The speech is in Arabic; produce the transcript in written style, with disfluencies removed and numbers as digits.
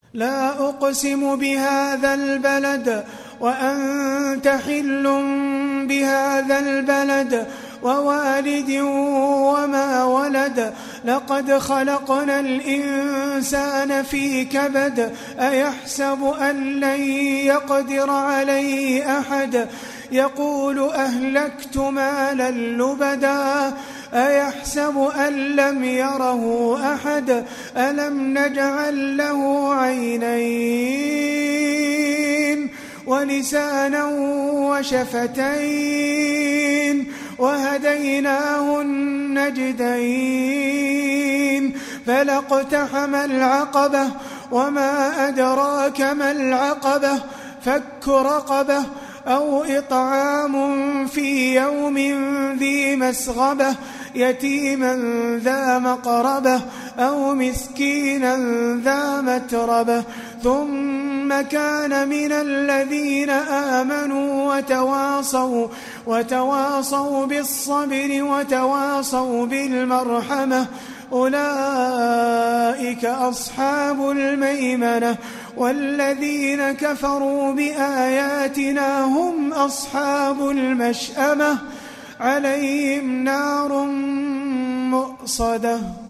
لا أقسم بهذا البلد وأنت حل بهذا البلد ووالد وما ولد لقد خلقنا الإنسان في كبد أيحسب أن لن يقدر عليه أحد يقول أهلكت مالا لبدا أيحسب أن لم يره أحد ألم نجعل له عينين ولسانا وشفتين وهديناه النجدين فلاقتحم العقبة وما أدراك ما العقبة فك رقبة أو إطعام في يوم ذي مسغبة يتيما ذا مقربة أو مسكينا ذا متربة ثم كان من الذين آمنوا وتواصوا بالصبر وتواصوا بالمرحمة أولئك أصحاب الميمنة والذين كفروا بآياتنا هم أصحاب المشأمة عليهم نار مؤصدة.